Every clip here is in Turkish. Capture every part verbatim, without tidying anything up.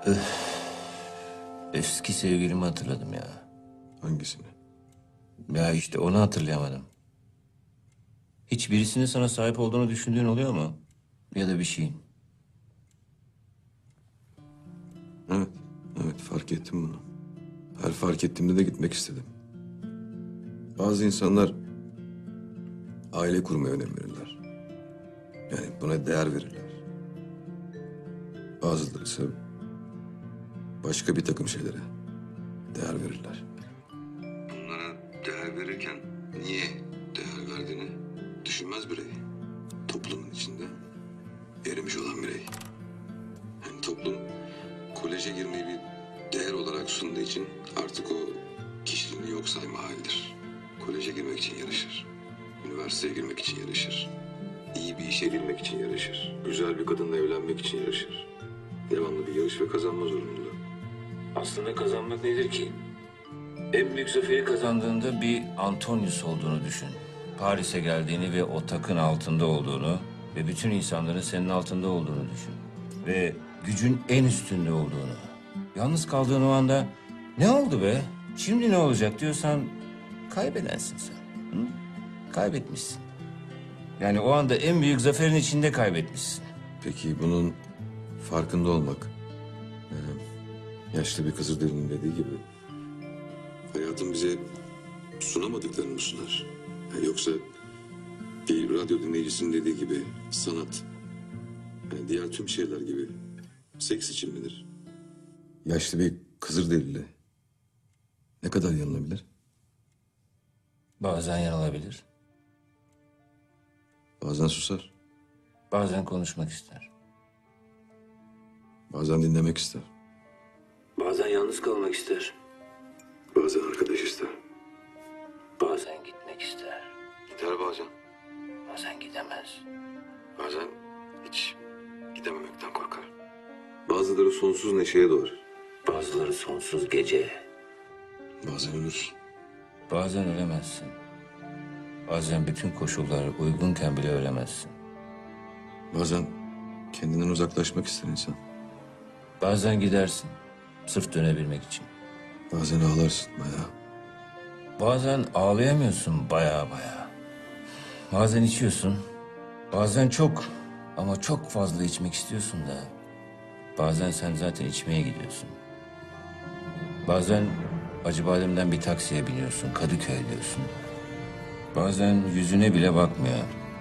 Eski sevgilimi hatırladım ya. Hangisini? Ya işte onu hatırlayamadım. Hiç birisinin sana sahip olduğunu düşündüğün oluyor mu? Ya da bir şeyin. Evet, evet fark ettim bunu. Her fark ettiğimde de gitmek istedim. Bazı insanlar aile kurmaya önem verirler. Yani buna değer verirler. Bazıları ise başka bir takım şeylere değer verirler. Bunlara değer verirken niye değer verdiğini düşünmez birey. Toplumun içinde erimiş olan birey. Yani toplum koleje girmeyi bir değer olarak sunduğu için artık o kişiliğini yok sayma halidir. Koleje girmek için yarışır. Üniversiteye girmek için yarışır. İyi bir işe girmek için yarışır. Güzel bir kadınla evlenmek için yarışır. Devamlı bir yarış ve kazanma zorunluluğu. Aslında kazanmak nedir ki? En büyük zaferi kazandığında bir Antonius olduğunu düşün. Paris'e geldiğini ve o takın altında olduğunu ve bütün insanların senin altında olduğunu düşün. Ve gücün en üstünde olduğunu. Yalnız kaldığın o anda ne oldu be? Şimdi ne olacak diyorsan kaybedensin sen. Hı? Kaybetmişsin. Yani o anda en büyük zaferin içinde kaybetmişsin. Peki bunun farkında olmak, yani yaşlı bir Kızılderili'nin dediği gibi hayatın bize sunamadıklarını mı sunar? Yani yoksa bir radyo dinleyicisinin dediği gibi sanat, yani diğer tüm şeyler gibi seks için midir? Yaşlı bir Kızılderili ne kadar yanılabilir? Bazen yanılabilir, Bazen susar, bazen konuşmak ister. bazen dinlemek ister, Bazen yalnız kalmak ister, bazen arkadaş ister. bazen gitmek ister, Gider bazen, bazen gidemez. bazen hiç gidememekten korkar. Bazıları sonsuz neşeye doğar, Bazıları sonsuz gece. bazen ölür. Bazen ölemezsin. Bazen bütün koşullar uygunken bile ölemezsin. Bazen kendinden uzaklaşmak ister insan. Bazen gidersin, sırf dönebilmek için. Bazen ağlarsın bayağı. Bazen ağlayamıyorsun baya baya. Bazen içiyorsun, bazen çok ama çok fazla içmek istiyorsun da. Bazen sen zaten içmeye gidiyorsun. Bazen Acıbadem'den bir taksiye biniyorsun, Kadıköy diyorsun. Bazen yüzüne bile bakmıyor.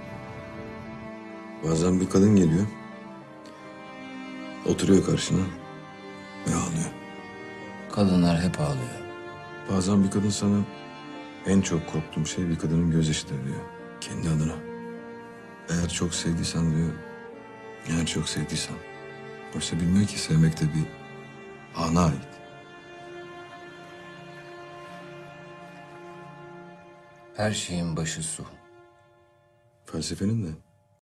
Bazen bir kadın geliyor. Oturuyor karşına ve ağlıyor. Kadınlar hep ağlıyor. Bazen bir kadın sana en çok korktuğum şey bir kadının gözyaşıdır diyor. Kendi adına. Eğer çok sevdiysen diyor. Eğer çok sevdiysen. Oysa bilmiyor ki sevmek de bir ana ait. Her şeyin başı su. Felsefenin de